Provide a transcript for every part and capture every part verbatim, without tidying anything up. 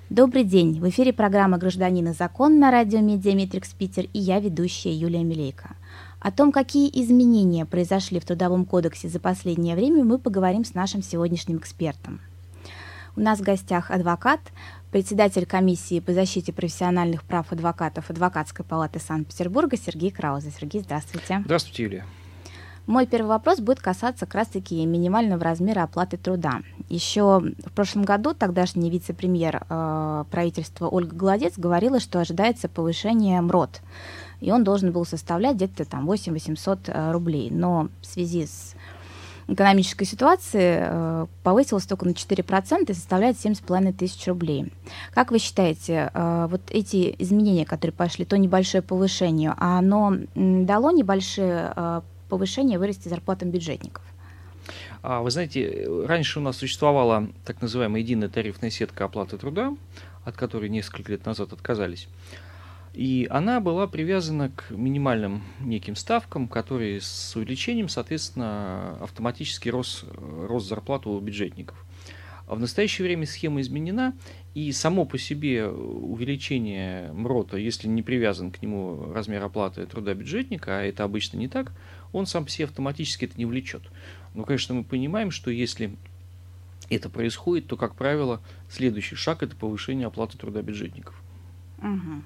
Добрый день! В эфире программа «Гражданин и закон» на радио Медиаметрикс Питер, и я, ведущая Юлия Милейко. О том, какие изменения произошли в Трудовом кодексе за последнее время, мы поговорим с нашим сегодняшним экспертом. У нас в гостях адвокат, председатель комиссии по защите профессиональных прав адвокатов Адвокатской палаты Санкт-Петербурга Сергей Краузе. Сергей, здравствуйте. Здравствуйте, Юлия. Мой первый вопрос будет касаться как раз-таки минимального размера оплаты труда. Еще в прошлом году тогдашний вице-премьер э, правительства Ольга Голодец говорила, что ожидается повышение МРОТ, и он должен был составлять где-то там восемь тысяч восемьсот э, рублей. Но в связи с экономической ситуацией э, повысилось только на четыре процента и составляет семь с половиной тысяч рублей. Как вы считаете, э, вот эти изменения, которые пошли, то небольшое повышение, оно м, дало небольшие э, повышение, вырасти зарплатам бюджетников? Вы знаете, раньше у нас существовала так называемая единая тарифная сетка оплаты труда, от которой несколько лет назад отказались. И она была привязана к минимальным неким ставкам, которые с увеличением, соответственно, автоматически рос, рос зарплату у бюджетников. А в настоящее время схема изменена, и само по себе увеличение МРОТа, если не привязан к нему размер оплаты труда бюджетника, а это обычно не так, он сам по себе автоматически это не влечет. Но, конечно, мы понимаем, что если это происходит, то, как правило, следующий шаг – это повышение оплаты труда бюджетников. Угу.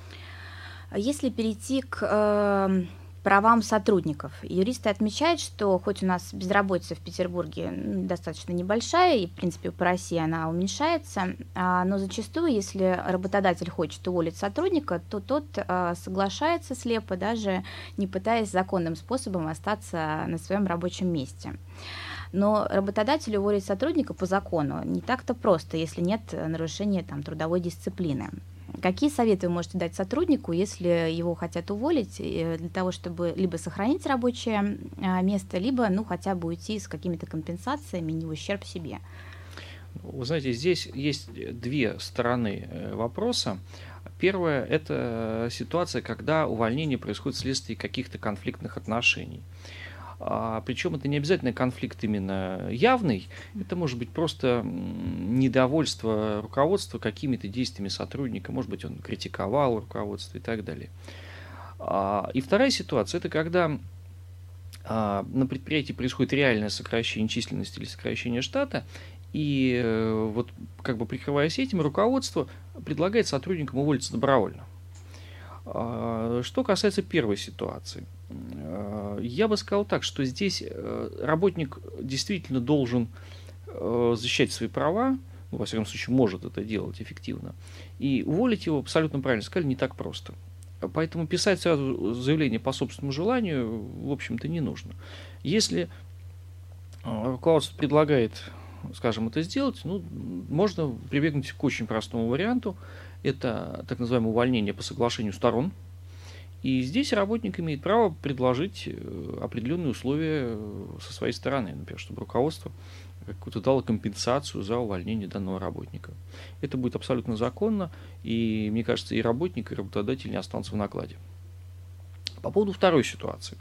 Если перейти к э, правам сотрудников, юристы отмечают, что хоть у нас безработица в Петербурге достаточно небольшая, и, в принципе, по России она уменьшается, а, но зачастую, если работодатель хочет уволить сотрудника, то тот а, соглашается слепо, даже не пытаясь законным способом остаться на своем рабочем месте. Но работодатель уволить сотрудника по закону не так-то просто, если нет нарушения там, трудовой дисциплины. Какие советы вы можете дать сотруднику, если его хотят уволить, для того, чтобы либо сохранить рабочее место, либо ну, хотя бы уйти с какими-то компенсациями, не в ущерб себе? Вы знаете, здесь есть две стороны вопроса. Первое – это ситуация, когда увольнение происходит вследствие каких-то конфликтных отношений. А, причем это не обязательно конфликт именно явный, это может быть просто недовольство руководства какими-то действиями сотрудника, может быть, он критиковал руководство и так далее. А, и вторая ситуация – это когда а, на предприятии происходит реальное сокращение численности или сокращение штата, и э, вот как бы прикрываясь этим, руководство предлагает сотрудникам уволиться добровольно. А, что касается первой ситуации, я бы сказал так, что здесь работник действительно должен защищать свои права, ну, во всяком случае, может это делать эффективно, и уволить его, абсолютно правильно сказали, не так просто. Поэтому писать сразу заявление по собственному желанию, в общем-то, не нужно. Если руководство предлагает, скажем, это сделать, ну, можно прибегнуть к очень простому варианту, это так называемое увольнение по соглашению сторон. И здесь работник имеет право предложить определенные условия со своей стороны, например, чтобы руководство какую-то дало компенсацию за увольнение данного работника. Это будет абсолютно законно, и, мне кажется, и работник, и работодатель не останутся в накладе. По поводу второй ситуации.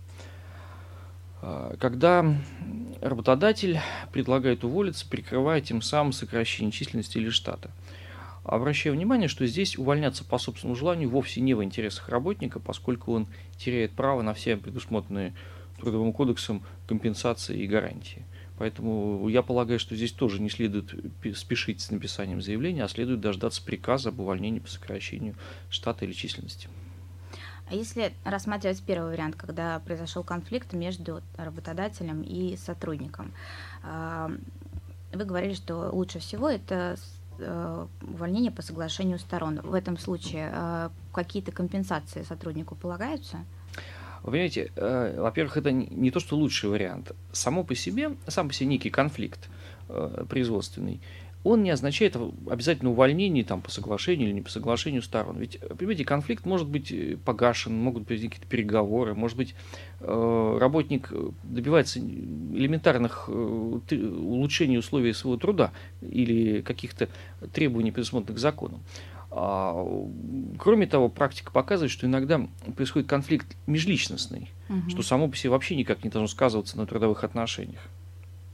Когда работодатель предлагает уволиться, прикрывая тем самым сокращение численности или штата. Обращаю внимание, что здесь увольняться по собственному желанию вовсе не в интересах работника, поскольку он теряет право на все предусмотренные Трудовым кодексом компенсации и гарантии. Поэтому я полагаю, что здесь тоже не следует спешить с написанием заявления, а следует дождаться приказа об увольнении по сокращению штата или численности. А если рассматривать первый вариант, когда произошел конфликт между работодателем и сотрудником, вы говорили, что лучше всего это увольнение по соглашению сторон. В этом случае э, какие-то компенсации сотруднику полагаются? Вы понимаете, э, во-первых, это не, не то, что лучший вариант. Само по себе, сам по себе некий конфликт э, производственный, он не означает обязательно увольнение там, по соглашению или не по соглашению сторон. Ведь, понимаете, конфликт может быть погашен, могут быть какие-то переговоры, может быть, э, работник добивается элементарных э, улучшений условий своего труда или каких-то требований, предусмотренных законом. А, кроме того, практика показывает, что иногда происходит конфликт межличностный, угу. что само по себе вообще никак не должно сказываться на трудовых отношениях.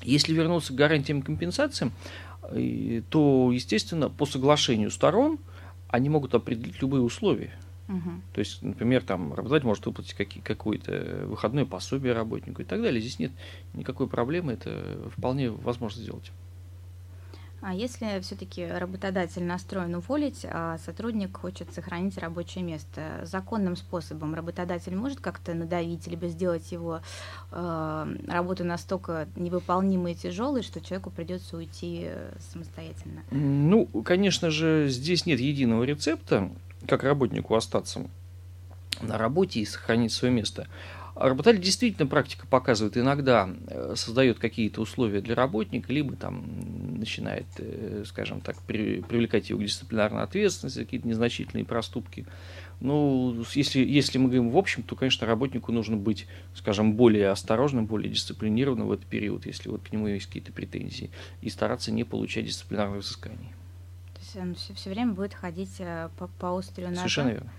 Если вернуться к гарантиям и компенсациям, то, естественно, по соглашению сторон они могут определить любые условия. Угу. То есть, например, там работодатель может выплатить какие, какое-то выходное пособие работнику и так далее. Здесь нет никакой проблемы, это вполне возможно сделать. А если все-таки работодатель настроен уволить, а сотрудник хочет сохранить рабочее место, законным способом работодатель может как-то надавить, либо сделать его э, работу настолько невыполнимой и тяжелой, что человеку придется уйти самостоятельно? Ну, конечно же, здесь нет единого рецепта, как работнику остаться на работе и сохранить свое место. Работодатель действительно, практика показывает, иногда создает какие-то условия для работника, либо там начинает, скажем так, при, привлекать его к дисциплинарной ответственности, какие-то незначительные проступки. Ну, если, если мы говорим в общем, то, конечно, работнику нужно быть, скажем, более осторожным, более дисциплинированным в этот период, если вот к нему есть какие-то претензии, и стараться не получать дисциплинарных взысканий. То есть он все, все время будет ходить по, по острию ножа? Совершенно верно.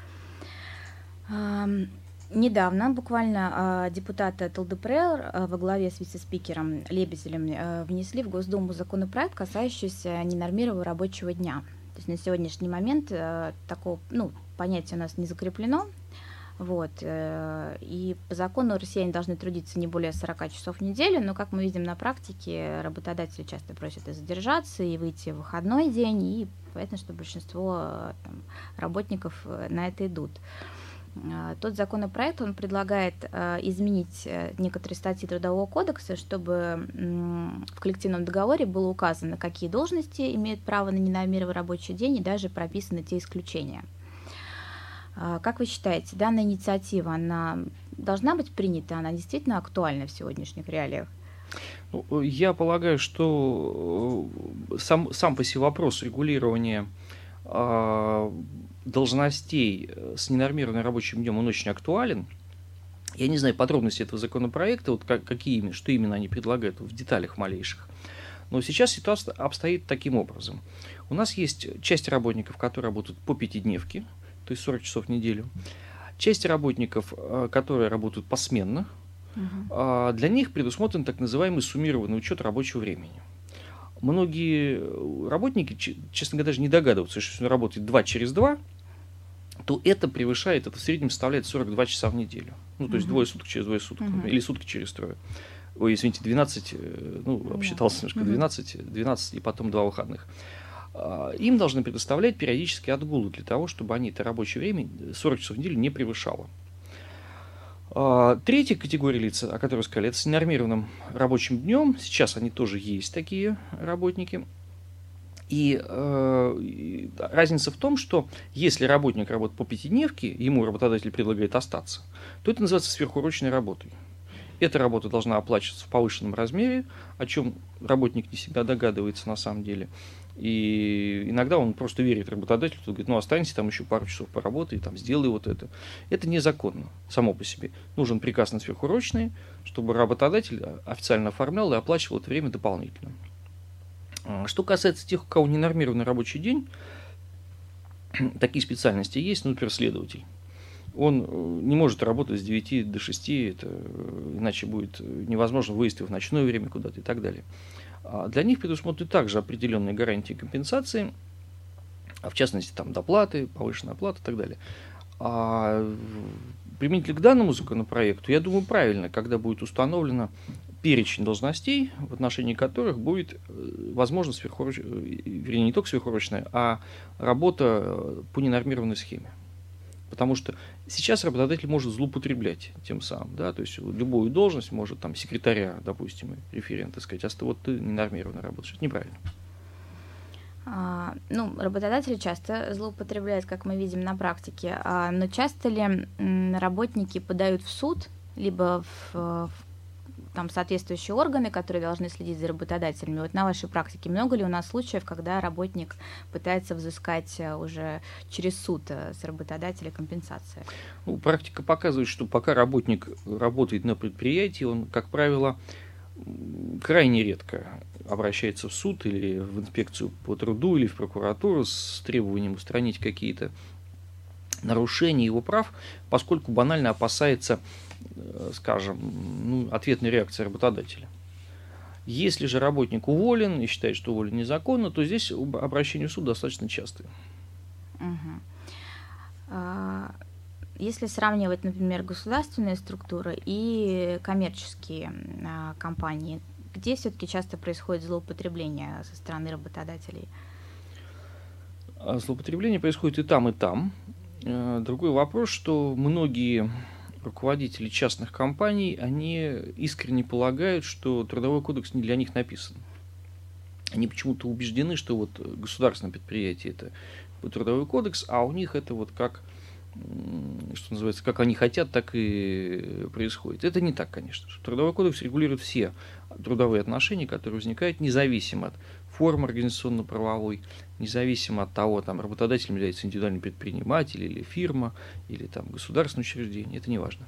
Недавно буквально депутаты ЛДПР во главе с вице-спикером Лебедевым внесли в Госдуму законопроект, касающийся ненормированного рабочего дня. То есть на сегодняшний момент такого, ну, понятия у нас не закреплено. Вот, и по закону россияне должны трудиться не более сорок часов в неделю, но, как мы видим на практике, работодатели часто просят и задержаться, и выйти в выходной день, и понятно, что большинство там, работников на это идут. Тот законопроект, он предлагает э, изменить некоторые статьи Трудового кодекса, чтобы м, в коллективном договоре было указано, какие должности имеют право на ненормированный рабочий день, и даже прописаны те исключения. Э, как вы считаете, данная инициатива, она должна быть принята, она действительно актуальна в сегодняшних реалиях? Ну, я полагаю, что сам, сам по себе вопрос регулирования э, должностей с ненормированным рабочим днем, он очень актуален. Я не знаю подробности этого законопроекта, вот как, какие, что именно они предлагают в деталях малейших. Но сейчас ситуация обстоит таким образом. У нас есть часть работников, которые работают по пятидневке, то есть сорок часов в неделю. Часть работников, которые работают посменно. Угу. Для них предусмотрен так называемый суммированный учет рабочего времени. Многие работники, честно говоря, даже не догадываются, что если он работает два через два, то это превышает, это в среднем составляет сорок два часа в неделю. Ну, то есть uh-huh. двое суток через двое суток, uh-huh. или сутки через трое. Ой, извините, двенадцать, ну, обсчитался немножко, uh-huh. двенадцать, двенадцать и потом два выходных. Им должны предоставлять периодические отгулы для того, чтобы они это рабочее время сорок часов в неделю не превышало. Третья категория лиц, о которой вы сказали, это с ненормированным рабочим днем. Сейчас они тоже есть, такие работники. И э, разница в том, что если работник работает по пятидневке, ему работодатель предлагает остаться, то это называется сверхурочной работой. Эта работа должна оплачиваться в повышенном размере, о чем работник не всегда догадывается на самом деле. И иногда он просто верит работодателю, кто говорит, ну останься там еще пару часов поработай, там, сделай вот это. Это незаконно само по себе. Нужен приказ на сверхурочные, чтобы работодатель официально оформлял и оплачивал это время дополнительно. Что касается тех, у кого ненормированный рабочий день, такие специальности есть, ну, например, следователь. Он не может работать с девяти до шести, это, иначе будет невозможно выезд в ночное время куда-то и так далее. А для них предусмотрены также определенные гарантии компенсации, в частности, там, доплаты, повышенная оплата и так далее. А применительно к данному законопроекту, я думаю, правильно, когда будет установлено перечень должностей, в отношении которых будет возможно сверхурочная, вернее, не только сверхурочная, а работа по ненормированной схеме. Потому что сейчас работодатель может злоупотреблять тем самым, да, то есть любую должность может там секретаря, допустим, референта сказать, а вот ты ненормированно работаешь, это неправильно. А, ну, работодатели часто злоупотребляют, как мы видим на практике, а, но часто ли м, работники подают в суд, либо в, в там соответствующие органы, которые должны следить за работодателями? Вот на вашей практике много ли у нас случаев, когда работник пытается взыскать уже через суд с работодателя компенсацию? Ну, практика показывает, что пока работник работает на предприятии, он, как правило, крайне редко обращается в суд или в инспекцию по труду, или в прокуратуру с требованием устранить какие-то нарушения его прав, поскольку банально опасается, скажем, ну, ответной реакции работодателя. Если же работник уволен и считает, что уволен незаконно, то здесь обращение в суд достаточно частое. Угу. Если сравнивать, например, государственные структуры и коммерческие а, компании, где все-таки часто происходит злоупотребление со стороны работодателей? Злоупотребление происходит и там, и там. Другой вопрос, что многие руководители частных компаний, они искренне полагают, что трудовой кодекс не для них написан. Они почему-то убеждены, что вот государственное предприятие – это трудовой кодекс, а у них это вот как, что называется, как они хотят, так и происходит. Это не так, конечно же. Трудовой кодекс регулирует все трудовые отношения, которые возникают независимо от формы организационно-правовой, независимо от того, там, работодателем является индивидуальный предприниматель или фирма, или там, государственное учреждение, это не важно.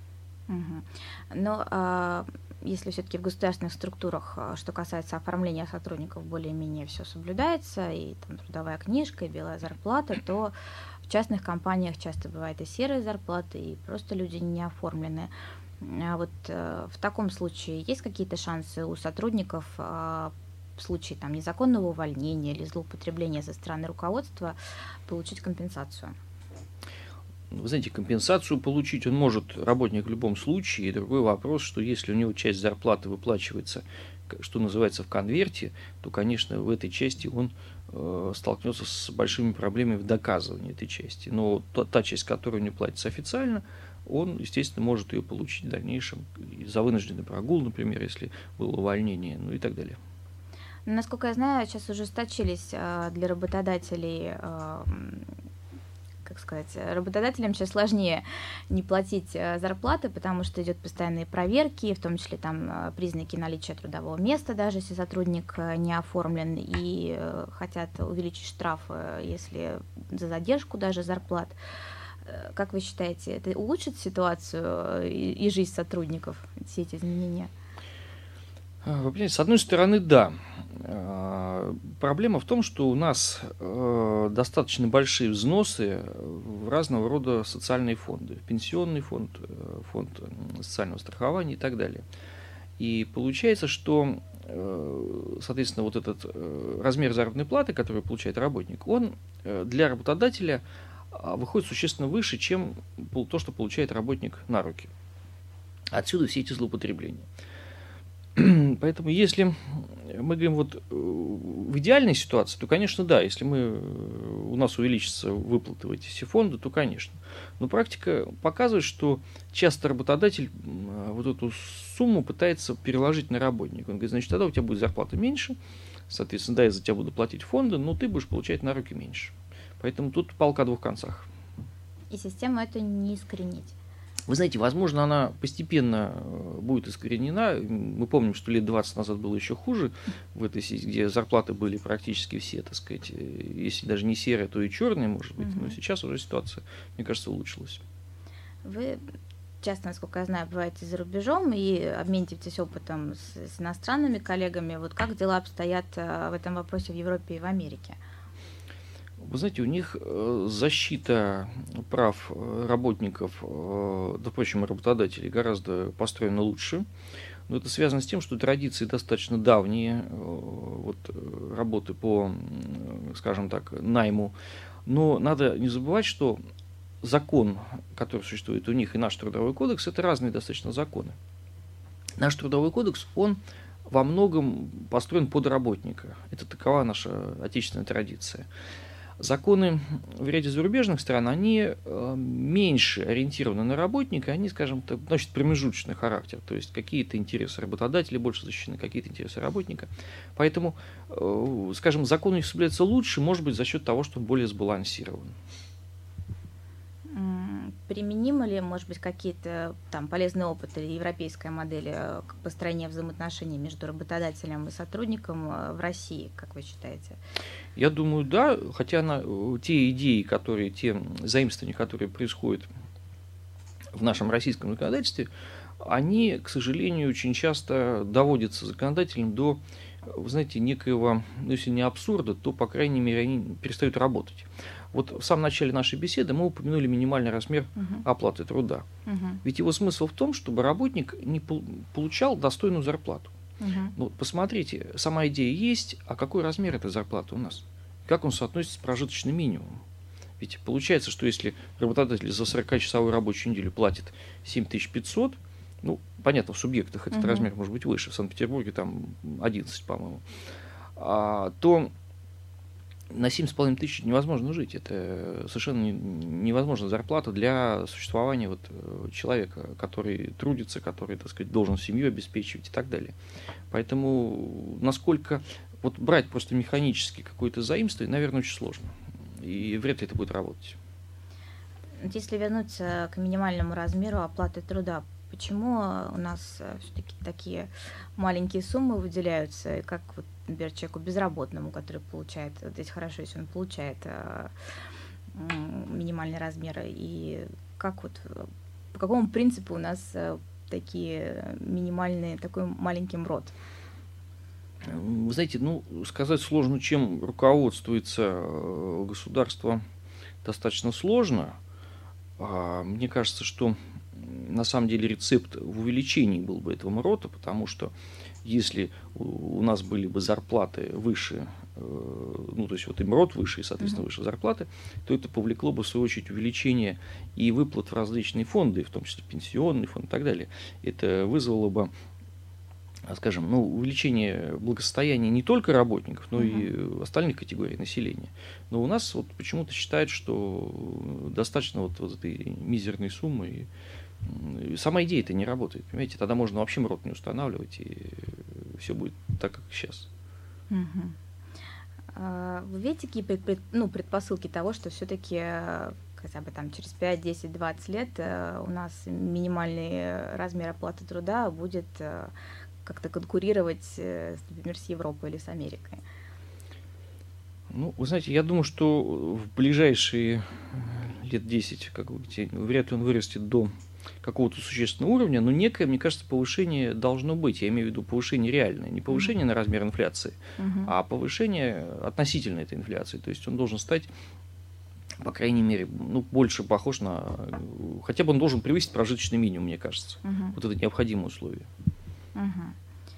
Угу. Но а, если все-таки в государственных структурах, что касается оформления сотрудников, более-менее все соблюдается, и там трудовая книжка, и белая зарплата, то в частных компаниях часто бывает и серые зарплаты, и просто люди не оформлены. А вот а, в таком случае есть какие-то шансы у сотрудников а, в случае там, незаконного увольнения или злоупотребления со стороны руководства получить компенсацию? Вы знаете, компенсацию получить он может, работник, в любом случае. И другой вопрос, что если у него часть зарплаты выплачивается, что называется, в конверте, то, конечно, в этой части он э, столкнется с большими проблемами в доказывании этой части. Но та, та часть, которая у него платится официально, он, естественно, может ее получить в дальнейшем за вынужденный прогул, например, если было увольнение, ну и так далее. Насколько я знаю, сейчас ужесточились э, для работодателей, э, как сказать, работодателям сейчас сложнее не платить э, зарплаты, потому что идет постоянные проверки, в том числе там э, признаки наличия трудового места, даже если сотрудник э, не оформлен, и э, хотят увеличить штраф, э, если за задержку даже зарплат. Э, как вы считаете, это улучшит ситуацию и, и жизнь сотрудников, все эти изменения? Вы понимаете, с одной стороны, да. Проблема в том, что у нас достаточно большие взносы в разного рода социальные фонды. Пенсионный фонд, фонд социального страхования и так далее. И получается, что, соответственно, вот этот размер заработной платы, который получает работник, он для работодателя выходит существенно выше, чем то, что получает работник на руки. Отсюда все эти злоупотребления. Поэтому, если мы говорим вот в идеальной ситуации, то, конечно, да, если мы, у нас увеличатся выплаты в эти все фонды, то, конечно. Но практика показывает, что часто работодатель вот эту сумму пытается переложить на работника. Он говорит, значит, тогда у тебя будет зарплата меньше, соответственно, да, я за тебя буду платить фонды, но ты будешь получать на руки меньше. Поэтому тут палка о двух концах. И систему это не искоренить. Вы знаете, возможно, она постепенно будет искоренена. Мы помним, что лет двадцать назад было еще хуже в этой сети, где зарплаты были практически все, так сказать, если даже не серые, то и черные, может быть. Но сейчас уже ситуация, мне кажется, улучшилась. Вы часто, насколько я знаю, бываете за рубежом и обмениваетесь опытом с, с иностранными коллегами. Вот как дела обстоят в этом вопросе в Европе и в Америке? Вы знаете, у них защита прав работников, да, впрочем, и работодателей гораздо построена лучше. Но это связано с тем, что традиции достаточно давние, вот, работы по, скажем так, найму. Но надо не забывать, что закон, который существует у них, и наш трудовой кодекс, это разные достаточно законы. Наш трудовой кодекс, он во многом построен под работника. Это такова наша отечественная традиция. Законы в ряде зарубежных стран, они меньше ориентированы на работника, они, скажем так, носят промежуточный характер, то есть какие-то интересы работодателя больше защищены, какие-то интересы работника. Поэтому, скажем, закон у них соблюдается лучше, может быть, за счет того, что он более сбалансирован. Применимы ли, может быть, какие-то там полезные опыты или европейская модель построения взаимоотношений между работодателем и сотрудником в России, как вы считаете? Я думаю, да, хотя на, те идеи, которые, те заимствования, которые происходят в нашем российском законодательстве, они, к сожалению, очень часто доводятся законодателем до, вы знаете, некоего, ну, если не абсурда, то, по крайней мере, они перестают работать. Вот в самом начале нашей беседы мы упомянули минимальный размер uh-huh. оплаты труда. Uh-huh. Ведь его смысл в том, чтобы работник не получал достойную зарплату. Угу. Ну, посмотрите, сама идея есть, а какой размер этой зарплаты у нас? Как он соотносится с прожиточным минимумом? Ведь получается, что если работодатель за сорокачасовую рабочую неделю платит семь тысяч пятьсот, ну, понятно, в субъектах этот угу. размер может быть выше, в Санкт-Петербурге там одиннадцать, по-моему, а, то на семь с половиной тысяч невозможно жить. Это совершенно невозможная зарплата для существования вот человека, который трудится, который, так сказать, должен семью обеспечивать и так далее. Поэтому насколько вот брать просто механически какое-то заимствование, наверное, очень сложно. И вряд ли это будет работать. Если вернуться к минимальному размеру оплаты труда, почему у нас все-таки такие маленькие суммы выделяются, как, вот, например, человеку безработному, который получает, здесь хорошо, если он получает э, минимальный размер, и как вот, по какому принципу у нас э, такие минимальные, такой маленький МРОТ? Вы знаете, ну, сказать сложно, чем руководствуется государство, достаточно сложно. Мне кажется, что на самом деле рецепт в увеличении был бы этого МРОТа, потому что если у нас были бы зарплаты выше, ну, то есть вот и МРОТ выше, и, соответственно, mm-hmm. выше зарплаты, то это повлекло бы, в свою очередь, увеличение и выплат в различные фонды, в том числе пенсионный фонд и так далее. Это вызвало бы, скажем, ну, увеличение благосостояния не только работников, но uh-huh. и остальных категорий населения. Но у нас вот почему-то считают, что достаточно вот, вот этой мизерной суммы. И, и сама идея-то не работает. Понимаете, тогда можно вообще МРОТ не устанавливать, и все будет так, как сейчас. Uh-huh. А, вы видите, какие пред, ну, предпосылки того, что все-таки хотя бы там через пять, десять, двадцать лет у нас минимальный размер оплаты труда будет как-то конкурировать, например, с Европой или с Америкой? Ну, вы знаете, я думаю, что в ближайшие лет десять, как вы говорите, вряд ли он вырастет до какого-то существенного уровня, но некое, мне кажется, повышение должно быть. Я имею в виду повышение реальное, не повышение mm-hmm. на размер инфляции, mm-hmm. а повышение относительно этой инфляции. То есть он должен стать, по крайней мере, ну, больше похож на... Хотя бы он должен превысить прожиточный минимум, мне кажется. Mm-hmm. Вот это необходимое условие. Угу.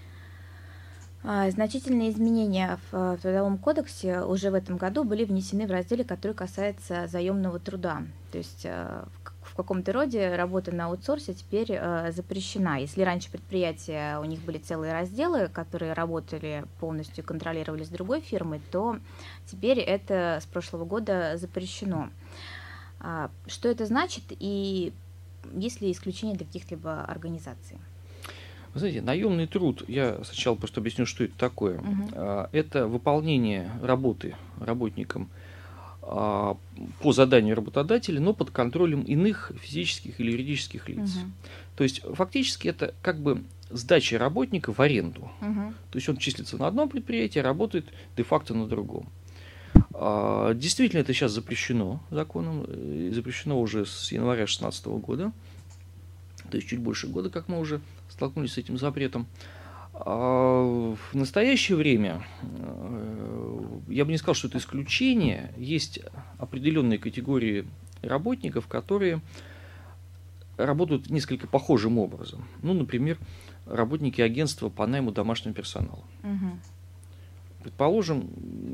Значительные изменения в Трудовом кодексе уже в этом году были внесены в разделе, который касается заемного труда. То есть в каком-то роде работа на аутсорсе теперь запрещена. Если раньше предприятия, у них были целые разделы, которые работали полностью, контролировались другой фирмой, то теперь это с прошлого года запрещено. Что это значит и есть ли исключения для каких-либо организаций? Вы знаете, наемный труд, я сначала просто объясню, что это такое. Uh-huh. Это выполнение работы работником по заданию работодателя, но под контролем иных физических или юридических лиц. Uh-huh. То есть фактически это как бы сдача работника в аренду. Uh-huh. То есть он числится на одном предприятии, работает де-факто на другом. Действительно, это сейчас запрещено законом, запрещено уже с января две тысячи шестнадцатого года. То есть чуть больше года, как мы уже столкнулись с этим запретом. А в настоящее время, я бы не сказал, что это исключение, есть определенные категории работников, которые работают несколько похожим образом. Ну, например, работники агентства по найму домашнего персонала. Угу. Предположим,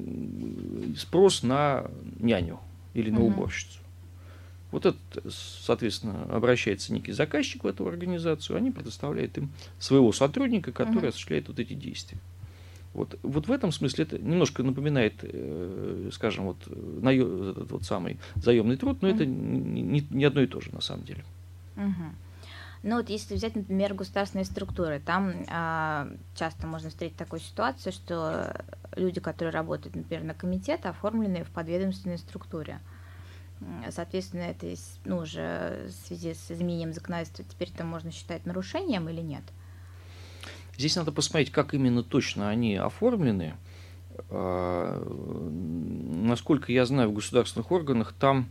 спрос на няню или на угу. уборщицу. Вот этот, соответственно, обращается некий заказчик в эту организацию, они предоставляют им своего сотрудника, который uh-huh. осуществляет вот эти действия. Вот, вот в этом смысле это немножко напоминает, э, скажем, вот, наё, этот вот самый заемный труд, но uh-huh. это не, не, не одно и то же на самом деле. Uh-huh. Ну вот если взять, например, государственные структуры, там а, часто можно встретить такую ситуацию, что люди, которые работают, например, на комитет, оформлены в подведомственной структуре. Соответственно, это ну, уже в связи с изменением законодательства теперь это можно считать нарушением или нет? Здесь надо посмотреть, как именно точно они оформлены. Насколько я знаю, в государственных органах там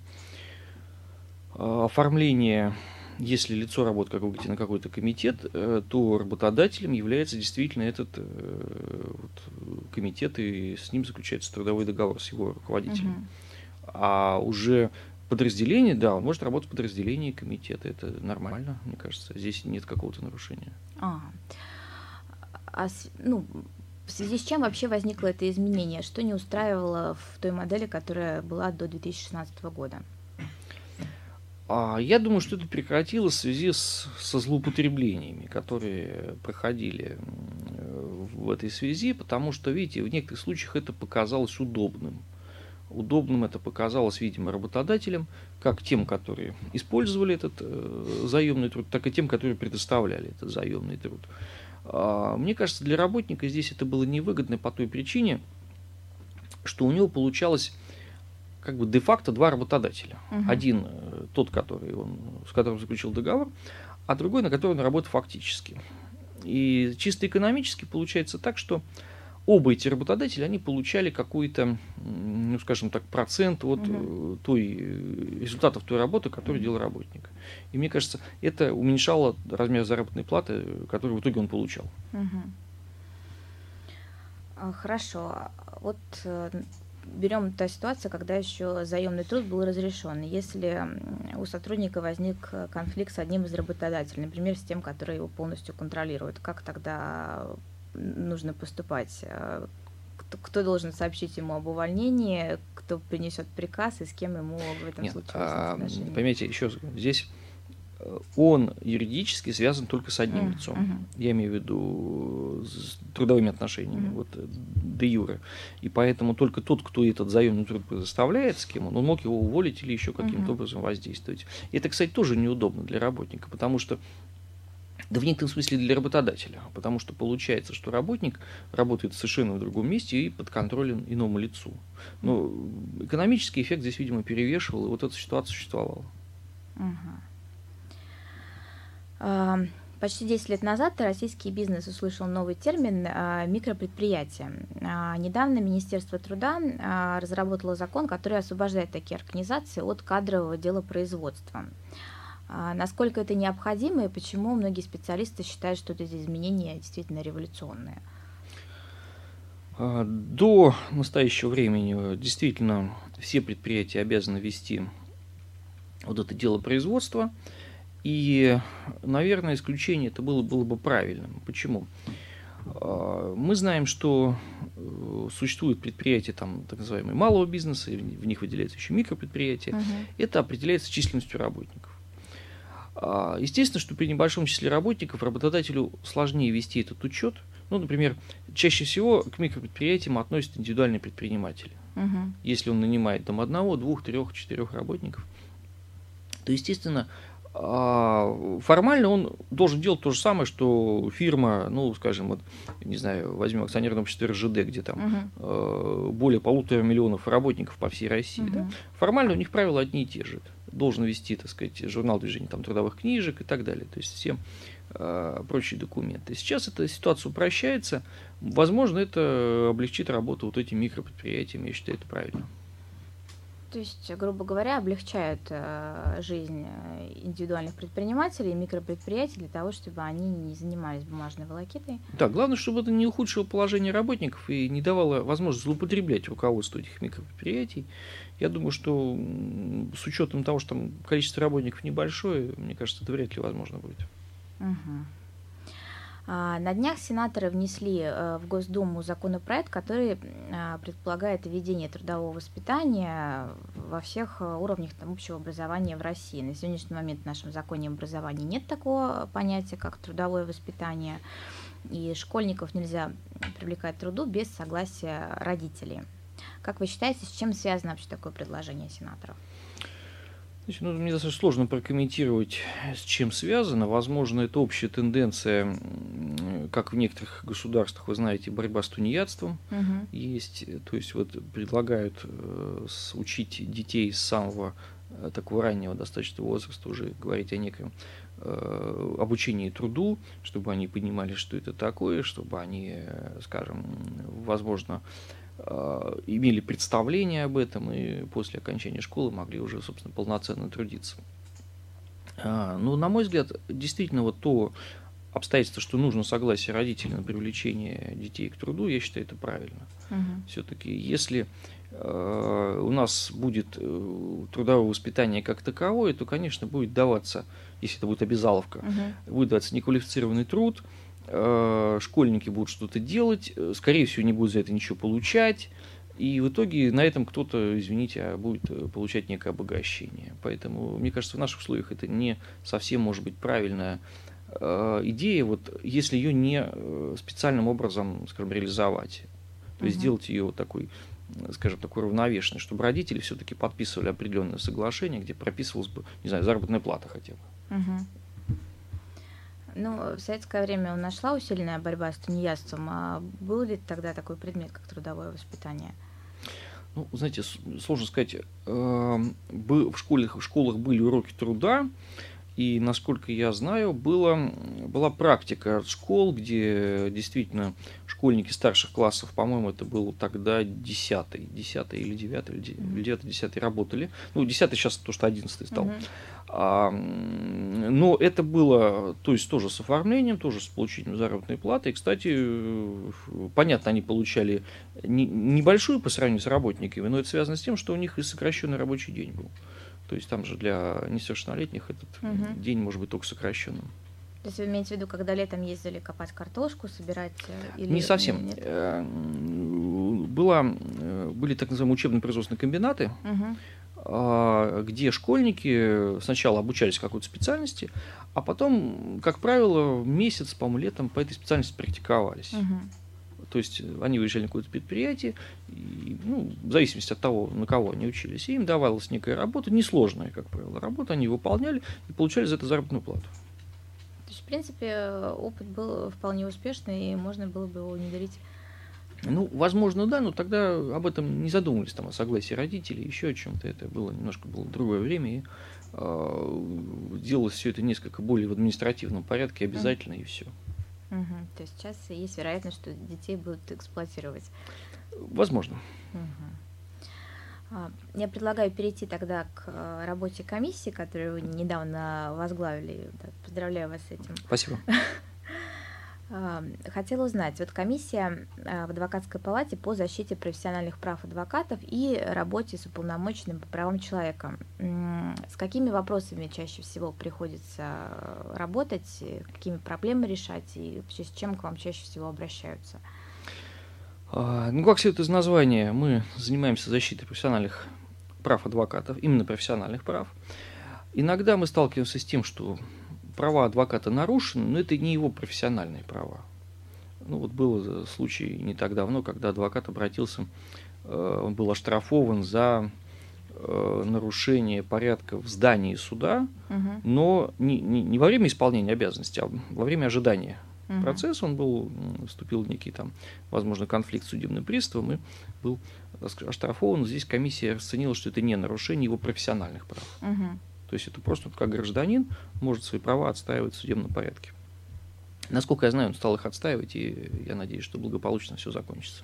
оформление, если лицо работает, как вы говорите, на какой-то комитет, то работодателем является действительно этот вот, комитет, и с ним заключается трудовой договор с его руководителем. Угу. А уже подразделение, да, он может работать в подразделении комитета. Это нормально, мне кажется. Здесь нет какого-то нарушения. А. А, ну, в связи с чем вообще возникло это изменение? Что не устраивало в той модели, которая была до две тысячи шестнадцатого года? Я думаю, что это прекратилось в связи с, со злоупотреблениями, которые проходили в этой связи, потому что, видите, в некоторых случаях это показалось удобным. Удобным это показалось, видимо, работодателям, как тем, которые использовали этот э, заемный труд, так и тем, которые предоставляли этот заемный труд. А, мне кажется, для работника здесь это было невыгодно по той причине, что у него получалось как бы де-факто два работодателя. Uh-huh. Один э, тот, который он, с которым заключил договор, а другой, на котором он работает фактически. И чисто экономически получается так, что оба эти работодателя, они получали какой-то, ну, скажем так, процент от uh-huh. той, результатов той работы, которую uh-huh. делал работник. И мне кажется, это уменьшало размер заработной платы, которую в итоге он получал. Uh-huh. Хорошо. Вот берем та ситуация, когда еще заемный труд был разрешен. Если у сотрудника возник конфликт с одним из работодателей, например, с тем, который его полностью контролирует, как тогда нужно поступать? Кто, кто должен сообщить ему об увольнении, кто принесет приказ и с кем ему в этом Нет, случае а, отношения? Понимаете, еще здесь он юридически связан только с одним mm, лицом. Uh-huh. Я имею в виду с трудовыми отношениями, uh-huh. вот, де юре. И поэтому только тот, кто этот заемный труд предоставляет, с кем он, он мог его уволить или еще каким-то uh-huh. образом воздействовать. И это, кстати, тоже неудобно для работника, потому что, да в некотором смысле для работодателя, потому что получается, что работник работает совершенно в другом месте и подконтролен иному лицу. Но экономический эффект здесь, видимо, перевешивал, и вот эта ситуация существовала. Uh-huh. Почти десять лет назад российский бизнес услышал новый термин «микропредприятие». Недавно Министерство труда разработало закон, который освобождает такие организации от кадрового делопроизводства. Насколько это необходимо и почему многие специалисты считают, что эти изменения действительно революционные? До настоящего времени действительно все предприятия обязаны вести вот это делопроизводство. И, наверное, исключение это было, было бы правильным. Почему? Мы знаем, что существуют предприятия там, так называемые малого бизнеса, и в них выделяются еще микропредприятия. Uh-huh. Это определяется численностью работников. Естественно, что при небольшом числе работников работодателю сложнее вести этот учет. Ну, например, чаще всего к микропредприятиям относятся индивидуальные предприниматели. Uh-huh. Если он нанимает там одного, двух, трех, четырех работников, то, естественно, формально он должен делать то же самое, что фирма, ну, скажем, вот, не знаю, возьмем акционерное общество эр жэ дэ, где там uh-huh. э, более полутора миллионов работников по всей России. Uh-huh. Да? Формально у них правила одни и те же. Должен вести, так сказать, журнал движения там, трудовых книжек и так далее, то есть все э, прочие документы. Сейчас эта ситуация упрощается, возможно, это облегчит работу вот этим микропредприятиям, я считаю, это правильно. То есть, грубо говоря, облегчают э, жизнь индивидуальных предпринимателей и микропредприятий для того, чтобы они не занимались бумажной волокитой. Да, главное, чтобы это не ухудшило положение работников и не давало возможность злоупотреблять руководству этих микропредприятий. Я думаю, что с учетом того, что там количество работников небольшое, мне кажется, это вряд ли возможно будет. Угу. На днях сенаторы внесли в Госдуму законопроект, который предполагает введение трудового воспитания во всех уровнях там, общего образования в России. На сегодняшний момент в нашем законе об образовании нет такого понятия, как трудовое воспитание, и школьников нельзя привлекать к труду без согласия родителей. Как вы считаете, с чем связано вообще такое предложение сенаторов? Значит, ну, мне достаточно сложно прокомментировать, с чем связано. Возможно, это общая тенденция, как в некоторых государствах, вы знаете, борьба с тунеядством uh-huh. есть. То есть вот предлагают э, учить детей с самого э, такого раннего достаточно возраста уже говорить о неком э, обучении труду, чтобы они понимали, что это такое, чтобы они, скажем, возможно, имели представление об этом и после окончания школы могли уже, собственно, полноценно трудиться. Ну, на мой взгляд, действительно, вот то обстоятельство, что нужно согласие родителей на привлечение детей к труду, я считаю, это правильно. Uh-huh. Все-таки, если э, у нас будет э, трудовое воспитание как таковое, то, конечно, будет даваться, если это будет обязаловка, uh-huh. будет даваться неквалифицированный труд, школьники будут что-то делать, скорее всего, не будут за это ничего получать, и в итоге на этом кто-то, извините, будет получать некое обогащение. Поэтому, мне кажется, в наших условиях это не совсем может быть правильная идея, вот, если ее не специальным образом, скажем, реализовать. То есть, угу. сделать ее вот такой, скажем, такой равновешенной, чтобы родители все-таки подписывали определенное соглашение, где прописывалась бы, не знаю, заработная плата хотя бы. Угу. Ну, в советское время у нас шла усиленная борьба с тунеядством. А был ли тогда такой предмет, как трудовое воспитание? Ну, знаете, сложно сказать. В школах, в школах были уроки труда, и, насколько я знаю, было, была практика от школ, где действительно школьники старших классов, по-моему, это был тогда десятый, десятый или девятый, или девятый, десятый работали. Ну, десятый сейчас то, что одиннадцатый стал. Uh-huh. А, но это было, то есть, тоже с оформлением, тоже с получением заработной платы. И, кстати, понятно, они получали не, небольшую по сравнению с работниками, но это связано с тем, что у них и сокращенный рабочий день был. То есть там же для несовершеннолетних этот угу. день может быть только сокращенным. То есть вы имеете в виду, когда летом ездили копать картошку, собирать? Или... Не совсем. Нет? Была, были так называемые учебно-производственные комбинаты, угу. где школьники сначала обучались какой-то специальности, а потом, как правило, месяц, по-моему, летом по этой специальности практиковались. Угу. То есть они выезжали на какое-то предприятие, и, ну, в зависимости от того, на кого они учились, и им давалась некая работа, несложная, как правило, работа, они выполняли и получали за это заработную плату. То есть, в принципе, опыт был вполне успешный, и можно было бы его внедрить? Ну, возможно, да, но тогда об этом не задумывались, там, о согласии родителей, еще о чем-то. Это было немножко было другое время, и э, делалось все это несколько более в административном порядке, обязательно, mm. и все. Угу. То есть сейчас есть вероятность, что детей будут эксплуатировать? Возможно. Угу. Я предлагаю перейти тогда к работе комиссии, которую вы недавно возглавили. Поздравляю вас с этим. Спасибо. Хотела узнать, вот комиссия в Адвокатской палате по защите профессиональных прав адвокатов и работе с уполномоченным по правам человека. С какими вопросами чаще всего приходится работать, какими проблемы решать и вообще с чем к вам чаще всего обращаются? Ну, как следует из названия, мы занимаемся защитой профессиональных прав адвокатов, именно профессиональных прав. Иногда мы сталкиваемся с тем, что права адвоката нарушены, но это не его профессиональные права. Ну, вот был случай не так давно, когда адвокат обратился, он был оштрафован за нарушение порядка в здании суда, угу. но не, не, не во время исполнения обязанностей, а во время ожидания угу. процесса. Он был, вступил в некий там, возможно, конфликт с судебным приставом и был оштрафован. Здесь комиссия расценила, что это не нарушение его профессиональных прав. Угу. То есть это просто как гражданин может свои права отстаивать в судебном порядке. Насколько я знаю, он стал их отстаивать, и я надеюсь, что благополучно все закончится.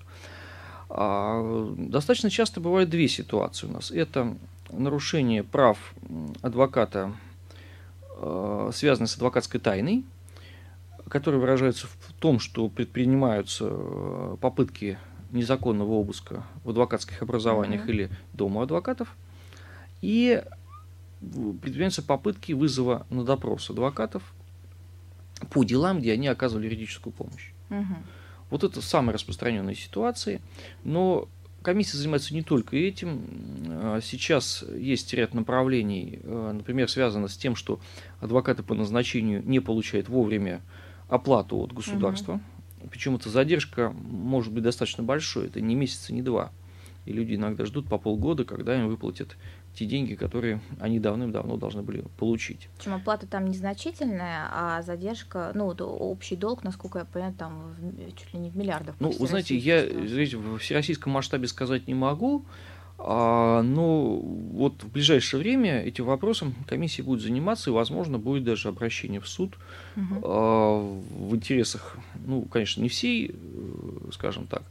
А достаточно часто бывают две ситуации у нас. Это нарушение прав адвоката, связанное с адвокатской тайной, которые выражаются в том, что предпринимаются попытки незаконного обыска в адвокатских образованиях mm-hmm. или дома адвокатов, и предпринимаются попытки вызова на допрос адвокатов по делам, где они оказывали юридическую помощь. Угу. Вот это самые распространенные ситуации, но комиссия занимается не только этим. Сейчас есть ряд направлений, например, связано с тем, что адвокаты по назначению не получают вовремя оплату от государства, угу. причем эта задержка может быть достаточно большой, это не месяц, не два, и люди иногда ждут по полгода, когда им выплатят те деньги, которые они давным-давно должны были получить. Причем оплата там незначительная, а задержка, ну, общий долг, насколько я понимаю, там в, чуть ли не в миллиардах. Ну, вы знаете, я здесь в всероссийском масштабе сказать не могу, а, но вот в ближайшее время этим вопросом комиссия будет заниматься, и, возможно, будет даже обращение в суд угу. а, в интересах, ну, конечно, не всей, скажем так,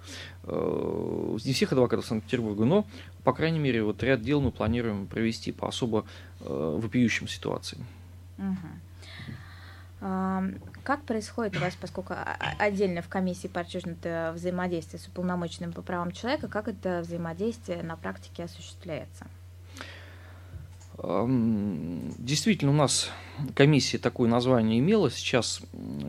не всех адвокатов Санкт-Петербурга, но, по крайней мере, вот ряд дел мы планируем провести по особо вопиющим ситуациям. Угу. А, как происходит у вас, поскольку отдельно в комиссии подчеркнуто взаимодействие с уполномоченным по правам человека, как это взаимодействие на практике осуществляется? Действительно, у нас комиссия такое название имела. Сейчас,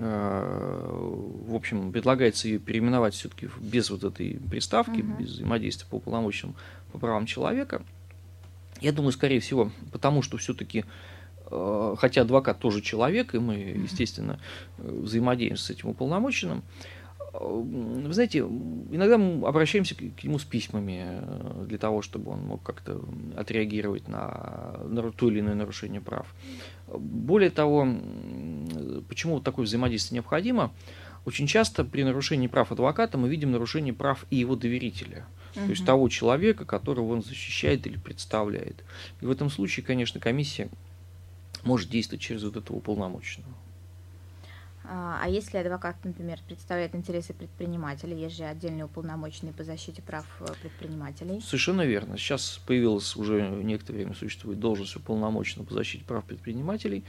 в общем, предлагается ее переименовать все-таки без вот этой приставки, uh-huh. без взаимодействия по полномочиям по правам человека. Я думаю, скорее всего, потому что все-таки, хотя адвокат тоже человек, и мы, естественно, взаимодействуем с этим уполномоченным, вы знаете, иногда мы обращаемся к нему с письмами для того, чтобы он мог как-то отреагировать на, на то или иное нарушение прав. Более того, почему вот такое взаимодействие необходимо? Очень часто при нарушении прав адвоката мы видим нарушение прав и его доверителя, uh-huh. то есть того человека, которого он защищает или представляет. И в этом случае, конечно, комиссия может действовать через вот этого уполномоченного. А если адвокат, например, представляет интересы предпринимателей, есть же отдельные уполномоченные по защите прав предпринимателей? Совершенно верно. Сейчас появилась, уже некоторое время существует должность уполномоченного по защите прав предпринимателей.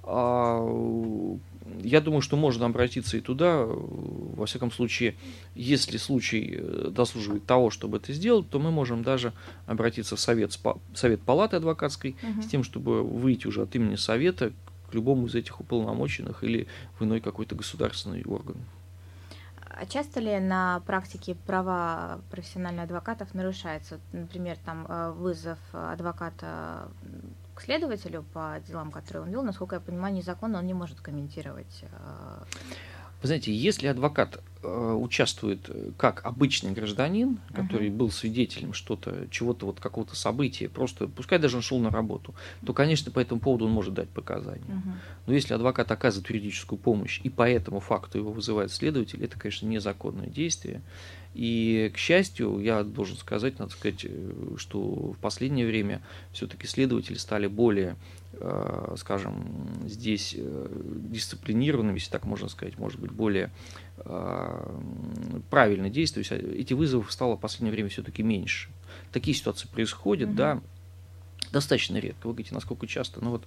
Я думаю, что можно обратиться и туда. Во всяком случае, если случай дослуживает того, чтобы это сделать, то мы можем даже обратиться в совет, совет палаты адвокатской uh-huh. с тем, чтобы выйти уже от имени совета к любому из этих уполномоченных или в иной какой-то государственный орган. А часто ли на практике права профессиональных адвокатов нарушаются? Например, там вызов адвоката к следователю по делам, которые он вел, насколько я понимаю, незаконно, он не может комментировать. Вы знаете, если адвокат э, участвует как обычный гражданин, который uh-huh. был свидетелем что-то, чего-то, вот какого-то события, просто, пускай даже он шел на работу, то, конечно, по этому поводу он может дать показания. Uh-huh. Но если адвокат оказывает юридическую помощь, и по этому факту его вызывает следователь, это, конечно, незаконное действие. И, к счастью, я должен сказать, надо сказать, что в последнее время все-таки следователи стали более, э, скажем, здесь э, дисциплинированными, если так можно сказать, может быть, более э, правильно действуют. Эти вызовы стало в последнее время все-таки меньше. Такие ситуации происходят, mm-hmm. да, достаточно редко. Вы говорите, насколько часто? Ну вот,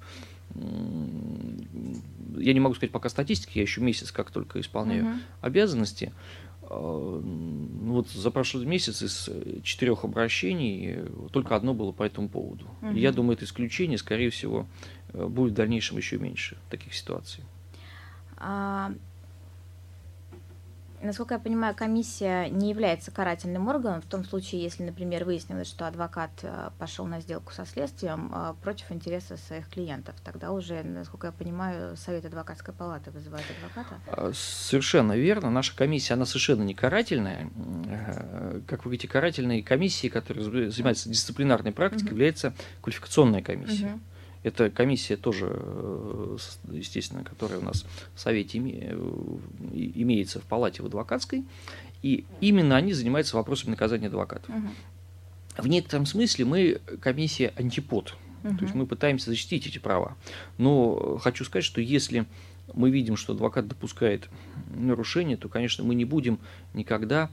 я не могу сказать пока статистики, я еще месяц как только исполняю mm-hmm. обязанности. Вот за прошлый месяц из четырех обращений только одно было по этому поводу. Угу. Я думаю, это исключение, скорее всего, будет в дальнейшем еще меньше таких ситуаций. А, насколько я понимаю, комиссия не является карательным органом в том случае, если, например, выяснилось, что адвокат пошел на сделку со следствием против интересов своих клиентов. Тогда уже, насколько я понимаю, Совет адвокатской палаты вызывает адвоката. Совершенно верно. Наша комиссия, она совершенно не карательная. Как вы говорите, карательной комиссией, которая занимается дисциплинарной практикой, угу. является квалификационная комиссия. Угу. Это комиссия тоже, естественно, которая у нас в Совете имеется в палате в адвокатской, и именно они занимаются вопросами наказания адвокатов. Uh-huh. В некотором смысле мы комиссия антипод, uh-huh. то есть мы пытаемся защитить эти права. Но хочу сказать, что если мы видим, что адвокат допускает нарушение, то, конечно, мы не будем никогда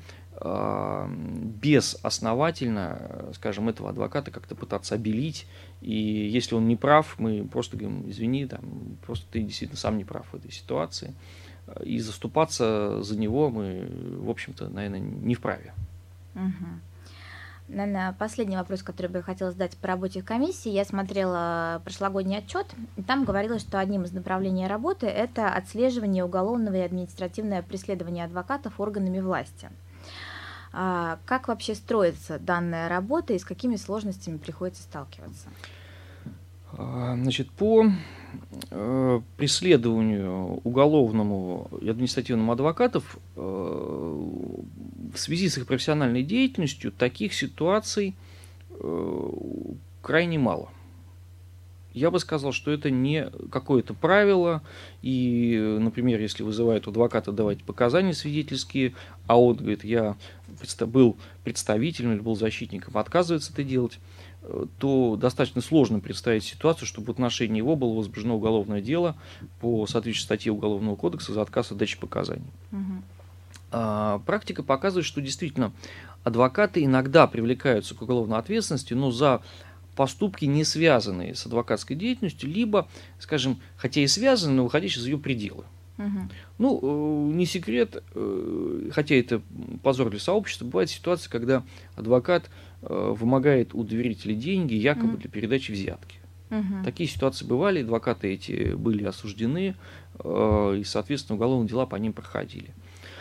безосновательно, скажем, этого адвоката как-то пытаться обелить, и если он не прав, мы просто говорим, извини, там, просто ты действительно сам не прав в этой ситуации, и заступаться за него мы, в общем-то, наверное, не вправе. Угу. Наверное, последний вопрос, который бы я хотела задать по работе комиссии. Я смотрела прошлогодний отчет, и там говорилось, что одним из направлений работы это отслеживание уголовного и административное преследование адвокатов органами власти. Как вообще строится данная работа и с какими сложностями приходится сталкиваться? Значит, по э, преследованию уголовному и административному адвокатов э, в связи с их профессиональной деятельностью таких ситуаций э, крайне мало. Я бы сказал, что это не какое-то правило, и, например, если вызывают адвоката давать показания свидетельские, а он говорит, я был представителем или был защитником, отказывается это делать, то достаточно сложно представить ситуацию, чтобы в отношении его было возбуждено уголовное дело по соответствующей статье Уголовного кодекса за отказ от дачи показаний. Угу. А, практика показывает, что действительно адвокаты иногда привлекаются к уголовной ответственности, но за поступки, не связанные с адвокатской деятельностью, либо, скажем, хотя и связаны, но выходящие за ее пределы. Угу. Ну, не секрет, хотя это позор для сообщества, бывает ситуация, когда адвокат вымогает у доверителей деньги якобы угу. для передачи взятки. Угу. Такие ситуации бывали, адвокаты эти были осуждены, и, соответственно, уголовные дела по ним проходили.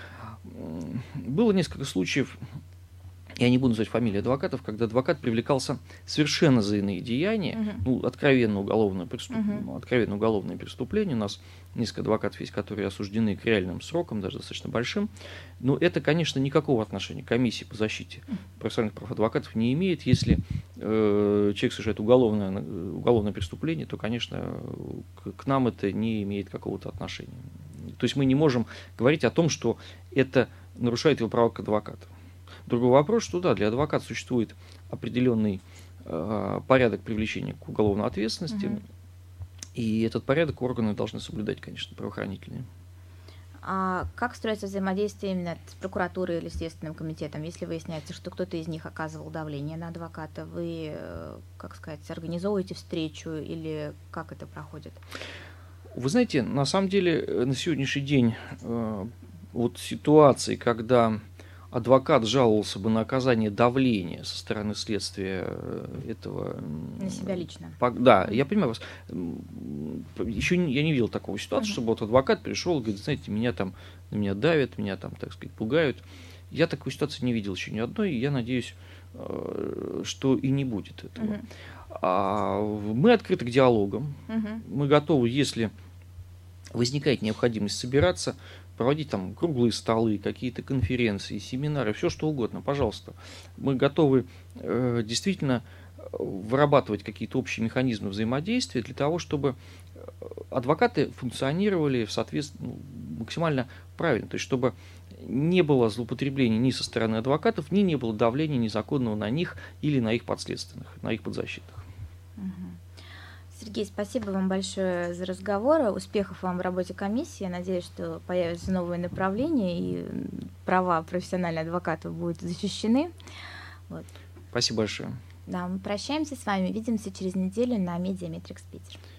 Было несколько случаев, я не буду называть фамилии адвокатов, когда адвокат привлекался совершенно за иные деяния, uh-huh. ну, откровенно уголовное, преступ... uh-huh. откровенно уголовное преступление. У нас несколько адвокатов есть, которые осуждены к реальным срокам, даже достаточно большим. Но это, конечно, никакого отношения к комиссии по защите профессиональных прав адвокатов не имеет. Если э, человек совершает уголовное, уголовное преступление, то, конечно, к, к нам это не имеет какого-то отношения. То есть мы не можем говорить о том, что это нарушает его право к адвокату. Другой вопрос, что да, для адвоката существует определенный э, порядок привлечения к уголовной ответственности, угу. и этот порядок органы должны соблюдать, конечно, правоохранительные. А как строится взаимодействие именно с прокуратурой или Следственным комитетом, если выясняется, что кто-то из них оказывал давление на адвоката? Вы, как сказать, организовываете встречу или как это проходит? Вы знаете, на самом деле на сегодняшний день э, вот ситуации, когда адвокат жаловался бы на оказание давления со стороны следствия этого... На себя лично. Да, я понимаю вас. Еще не, я не видел такого ситуации, uh-huh. чтобы вот адвокат пришел и говорит, знаете, меня там, на меня давят, меня там, так сказать, пугают. Я такой ситуации не видел еще ни одной, и я надеюсь, что и не будет этого. Uh-huh. А мы открыты к диалогам. Uh-huh. Мы готовы, если возникает необходимость собираться, проводить там круглые столы, какие-то конференции, семинары, все что угодно, пожалуйста. Мы готовы э, действительно вырабатывать какие-то общие механизмы взаимодействия для того, чтобы адвокаты функционировали в соответствии ну, максимально правильно, то есть чтобы не было злоупотреблений ни со стороны адвокатов, ни не было давления незаконного на них или на их подследственных, на их подзащитных. Сергей, спасибо вам большое за разговор. Успехов вам в работе комиссии. Я надеюсь, что появятся новые направления и права профессиональных адвокатов будут защищены. Вот. Спасибо большое. Да, мы прощаемся с вами. Увидимся через неделю на Медиаметрикс Питер.